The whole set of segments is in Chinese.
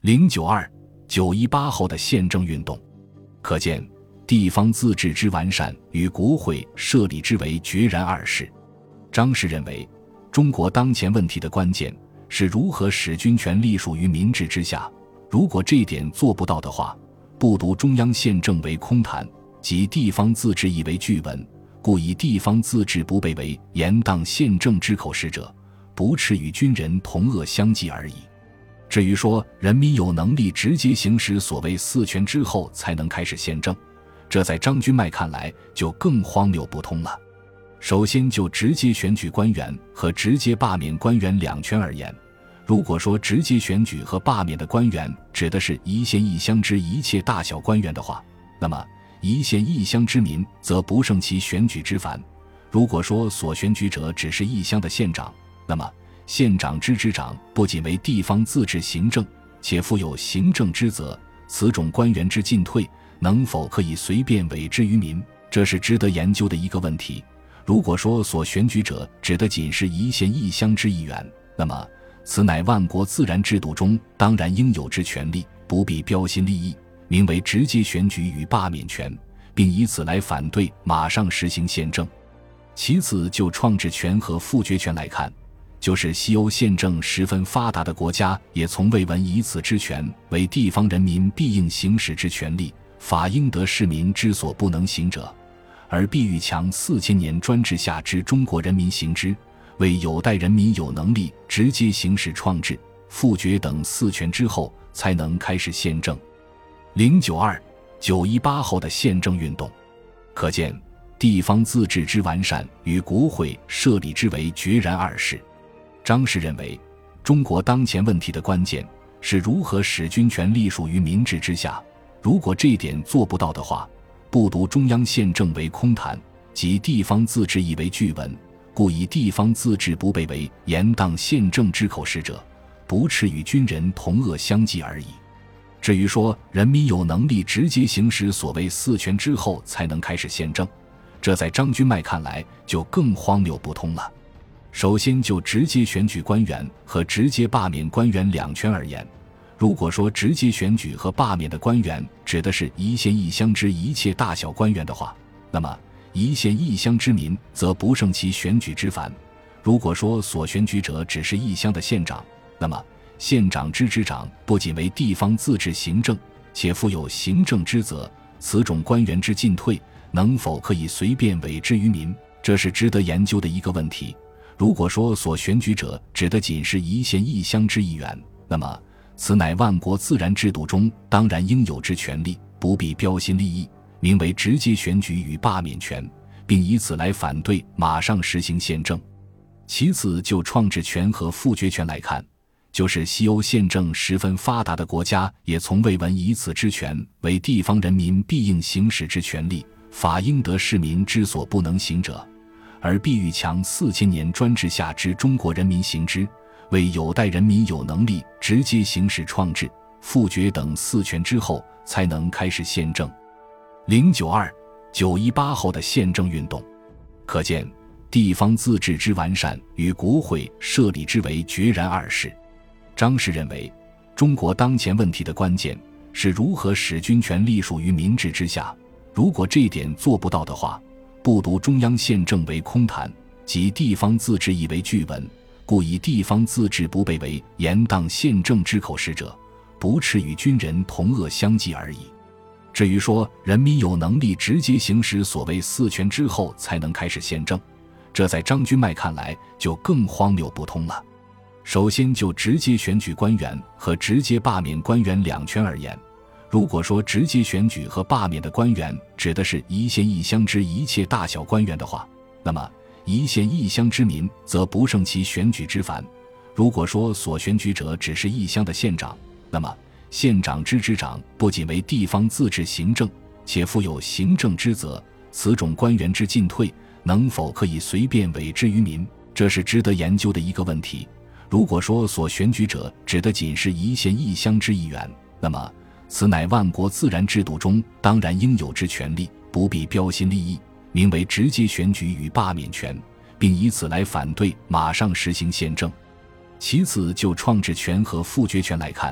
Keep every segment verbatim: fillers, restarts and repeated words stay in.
零九二九一八后的宪政运动，可见地方自治之完善与国会设立之为决然二事。张氏认为，中国当前问题的关键是如何使军权隶属于民治之下，如果这一点做不到的话，不独中央宪政为空谈，即地方自治亦为据文，故以地方自治不备为严当宪政之口实者，不啻与军人同恶相济而已。至于说人民有能力直接行使所谓四权之后才能开始宪政，这在张君迈看来就更荒谬不通了。首先就直接选举官员和直接罢免官员两权而言，如果说直接选举和罢免的官员指的是一县一乡之一切大小官员的话，那么一县一乡之民则不胜其选举之烦。如果说所选举者只是一乡的县长，那么县长之之长不仅为地方自治行政，且负有行政之责，此种官员之进退能否可以随便委之于民，这是值得研究的一个问题。如果说所选举者指的仅是一县一乡之议员，那么此乃万国自然制度中当然应有之权利，不必标新立异，名为直接选举与罢免权，并以此来反对马上实行宪政。其次就创制权和复决权来看，就是西欧宪政十分发达的国家也从未闻以此之权为地方人民必应行使之权利，法应得市民之所不能行者，而必欲强四千年专制下之中国人民行之，为有待人民有能力直接行使创制、复决等四权之后才能开始宪政。零九二九一八后的宪政运动，可见地方自治之完善与国会设立之为决然二事。张氏认为，中国当前问题的关键是如何使军权隶属于民治之下，如果这一点做不到的话，不独中央宪政为空谈，即地方自治亦为据文，故以地方自治不备为严当宪政之口实者，不啻与军人同恶相济而已。至于说人民有能力直接行使所谓四权之后才能开始宪政，这在张君迈看来就更荒谬不通了。首先就直接选举官员和直接罢免官员两权而言，如果说直接选举和罢免的官员指的是一县一乡之一切大小官员的话，那么一县一乡之民则不胜其选举之烦。如果说所选举者只是一乡的县长，那么县长之之长不仅为地方自治行政，且负有行政之责，此种官员之进退能否可以随便委之于民，这是值得研究的一个问题。如果说所选举者指的仅是一县一乡之议员，那么此乃万国自然制度中当然应有之权利，不必标新立异，名为直接选举与罢免权，并以此来反对马上实行宪政。其次就创制权和复决权来看，就是西欧宪政十分发达的国家也从未闻以此之权为地方人民必应行使之权利，法应得市民之所不能行者，而必欲强四千年专制下之中国人民行之，为有待人民有能力直接行使创制、复决等四权之后才能开始宪政。零九二九一八后的宪政运动，可见地方自治之完善与国会设立之为决然二事。张氏认为，中国当前问题的关键是如何使军权隶属于民治之下，如果这一点做不到的话，不独中央宪政为空谈，即地方自治亦为据文，故以地方自治不备为严当宪政之口实者，不啻与军人同恶相济而已。至于说人民有能力直接行使所谓四权之后才能开始宪政，这在张君迈看来就更荒谬不通了。首先就直接选举官员和直接罢免官员两权而言，如果说直接选举和罢免的官员指的是一县一乡之一切大小官员的话，那么一县一乡之民则不胜其选举之烦。如果说所选举者只是一乡的县长，那么县长之之长不仅为地方自治行政，且负有行政之责，此种官员之进退能否可以随便委之于民，这是值得研究的一个问题。如果说所选举者指的仅是一县一乡之议员，那么此乃万国自然制度中当然应有之权利，不必标新立异，名为直接选举与罢免权，并以此来反对马上实行宪政。其次就创制权和复决权来看，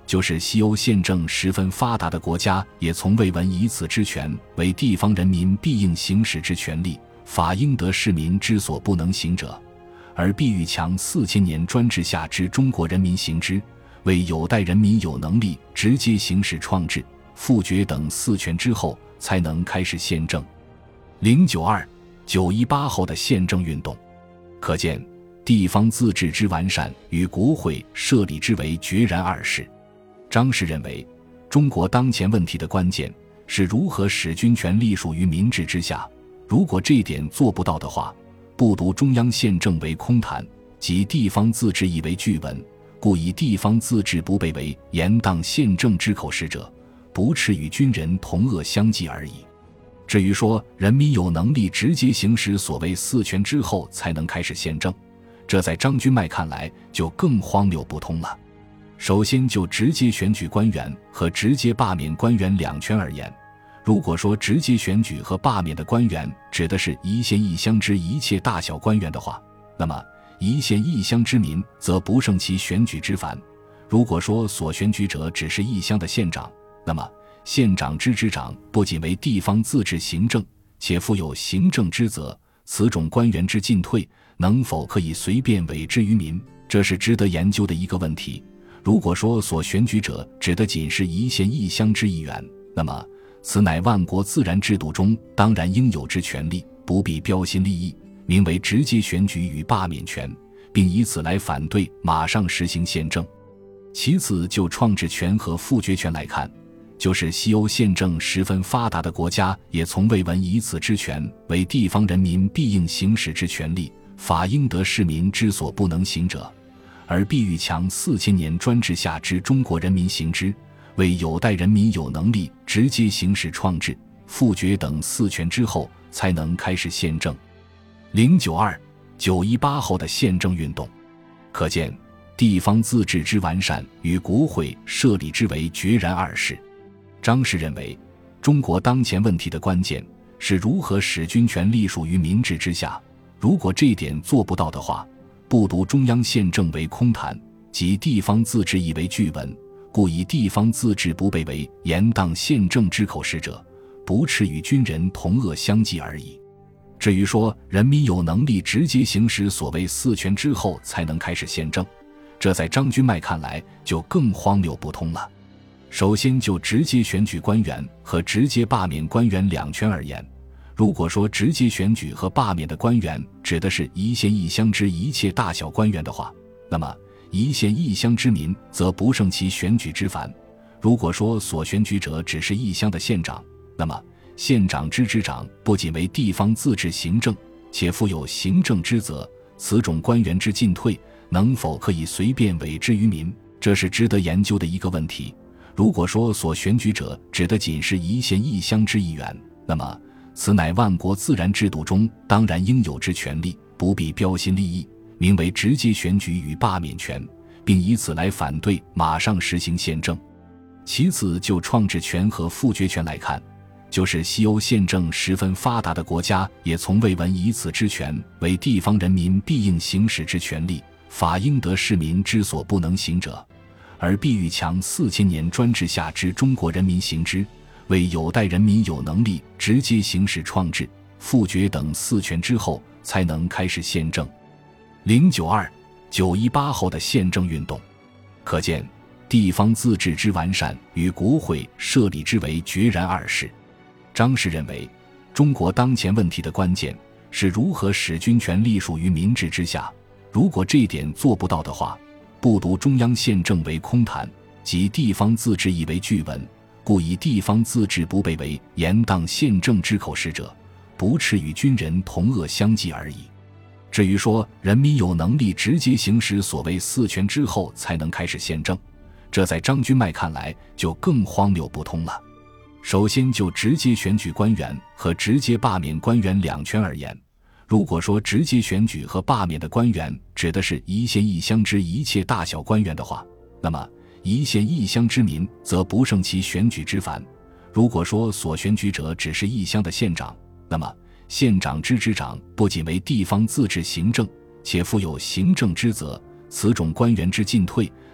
就是西欧宪政十分发达的国家，也从未闻以此之权为地方人民必应行使之权利，法应得市民之所不能行者，而必欲强四千年专制下之中国人民行之，为有待人民有能力直接行使创制、复决等四权之后，才能开始宪政。零九二九一八后的宪政运动，可见地方自治之完善与国会设立之为决然二事。张氏认为，中国当前问题的关键是如何使军权隶属于民治之下，如果这一点做不到的话，不独中央宪政为空谈，即地方自治亦为据文，故以地方自治不备为严当宪政之口实者，不啻与军人同恶相济而已。至于说人民有能力直接行使所谓四权之后才能开始宪政，这在张君迈看来就更荒谬不通了。首先就直接选举官员和直接罢免官员两权而言，如果说直接选举和罢免的官员指的是一县一乡之一切大小官员的话，那么一县一乡之民则不胜其选举之烦。如果说所选举者只是一乡的县长，那么县长之执掌不仅为地方自治行政，且负有行政之责，此种官员之进退能否可以随便委之于民，这是值得研究的一个问题。如果说所选举者指的仅是一县一乡之议员，那么此乃万国自然制度中当然应有之权利，不必标新立异，名为直接选举与罢免权，并以此来反对马上实行宪政。其次就创制权和复决权来看，就是西欧宪政十分发达的国家也从未闻以此之权为地方人民必应行使之权利，法应得市民之所不能行者，而必欲强四千年专制下之中国人民行之，为有待人民有能力直接行使创制、复决等四权之后，才能开始宪政。零九二九一八后的宪政运动，可见地方自治之完善与国会设立之为决然二事。张氏认为，中国当前问题的关键是如何使军权隶属于民治之下，如果这一点做不到的话，不独中央宪政为空谈，即地方自治亦为据文，故以地方自治不备为严当宪政之口实者，不啻与军人同恶相济而已。至于说人民有能力直接行使所谓四权之后才能开始宪政，这在张君迈看来就更荒谬不通了。首先就直接选举官员和直接罢免官员两权而言，如果说直接选举和罢免的官员指的是一县一乡之一切大小官员的话，那么一县一乡之民则不胜其选举之烦。如果说所选举者只是一乡的县长，那么县长之执掌不仅为地方自治行政，且负有行政之责，此种官员之进退能否可以随便委之于民，这是值得研究的一个问题。如果说所选举者指的仅是一县一乡之议员，那么此乃万国自然制度中当然应有之权利，不必标新立异，名为直接选举与罢免权，并以此来反对马上实行宪政。其次就创制权和复决权来看，就是西欧宪政十分发达的国家也从未闻以此之权为地方人民必应行使之权利，法应得市民之所不能行者，而必欲强四千年专制下之中国人民行之，为有待人民有能力直接行使创制、复决等四权之后，才能开始宪政。零九二九一八后的宪政运动，可见地方自治之完善与国会设立之为决然二事。张氏认为，中国当前问题的关键是如何使军权隶属于民治之下，如果这一点做不到的话，不独中央宪政为空谈，即地方自治亦为据文，故以地方自治不备为严当宪政之口实者，不啻与军人同恶相济而已。至于说人民有能力直接行使所谓四权之后才能开始宪政，这在张君迈看来就更荒谬不通了。首先就直接选举官员和直接罢免官员两权而言，如果说直接选举和罢免的官员指的是一县一乡之一切大小官员的话，那么一县一乡之民则不胜其选举之烦。如果说所选举者只是一乡的县长，那么县长之执掌不仅为地方自治行政，且负有行政之责，此种官员之进退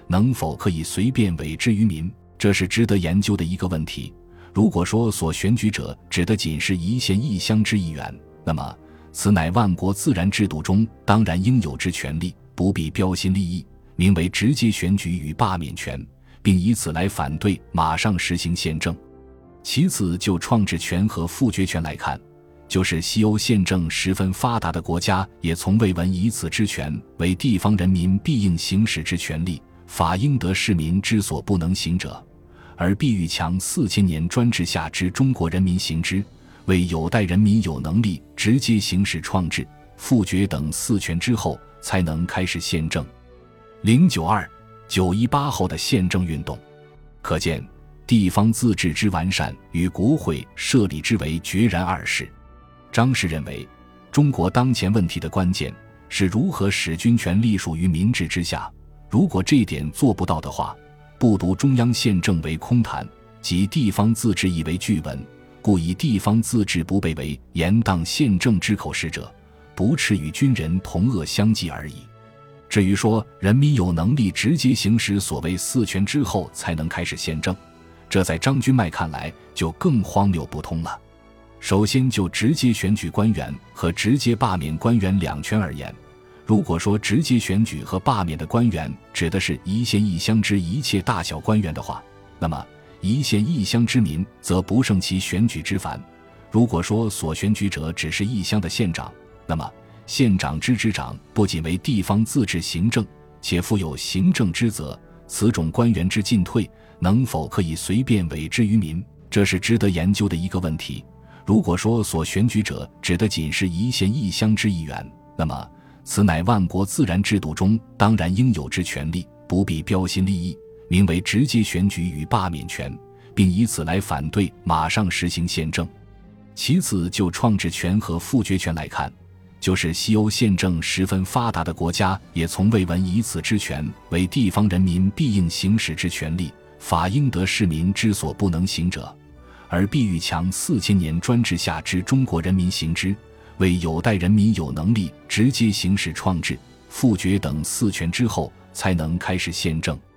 能否可以随便委之于民，这是值得研究的一个问题。如果说所选举者指的仅是一县一乡之议员，那么此乃万国自然制度中当然应有之权利，不必标新立异，名为直接选举与罢免权，并以此来反对马上实行宪政。其次就创制权和复决权来看，就是西欧宪政十分发达的国家也从未闻以此之权为地方人民必应行使之权利，法应得市民之所不能行者，而必欲强四千年专制下之中国人民行之，为有待人民有能力直接行使创制、复决等四权之后，才能开始宪政。零九二九一八后的宪政运动，可见地方自治之完善与国会设立之为决然二事。张氏认为，中国当前问题的关键是如何使军权隶属于民治之下，如果这一点做不到的话，不读中央宪政为空谈，即地方自治亦为据文，故以地方自治不备为严当宪政之口实者，不啻与军人同恶相济而已。至于说人民有能力直接行使所谓四权之后才能开始宪政，这在张君迈看来就更荒谬不通了。首先就直接选举官员和直接罢免官员两权而言，如果说直接选举和罢免的官员指的是一县一乡之一切大小官员的话，那么一县一乡之民则不胜其选举之烦。如果说所选举者只是一乡的县长，那么县长之职长不仅为地方自治行政，且负有行政之责，此种官员之进退能否可以随便委之于民，这是值得研究的一个问题。如果说所选举者指的仅是一县一乡之议员，那么此乃万国自然制度中当然应有之权利，不必标新立异，名为直接选举与罢免权，并以此来反对马上实行宪政。其次就创制权和复决权来看，就是西欧宪政十分发达的国家也从未闻以此之权为地方人民必应行使之权利，法应得市民之所不能行者，而必欲强四千年专制下之中国人民行之，为有待人民有能力直接行使创制、复决等四权之后，才能开始宪政。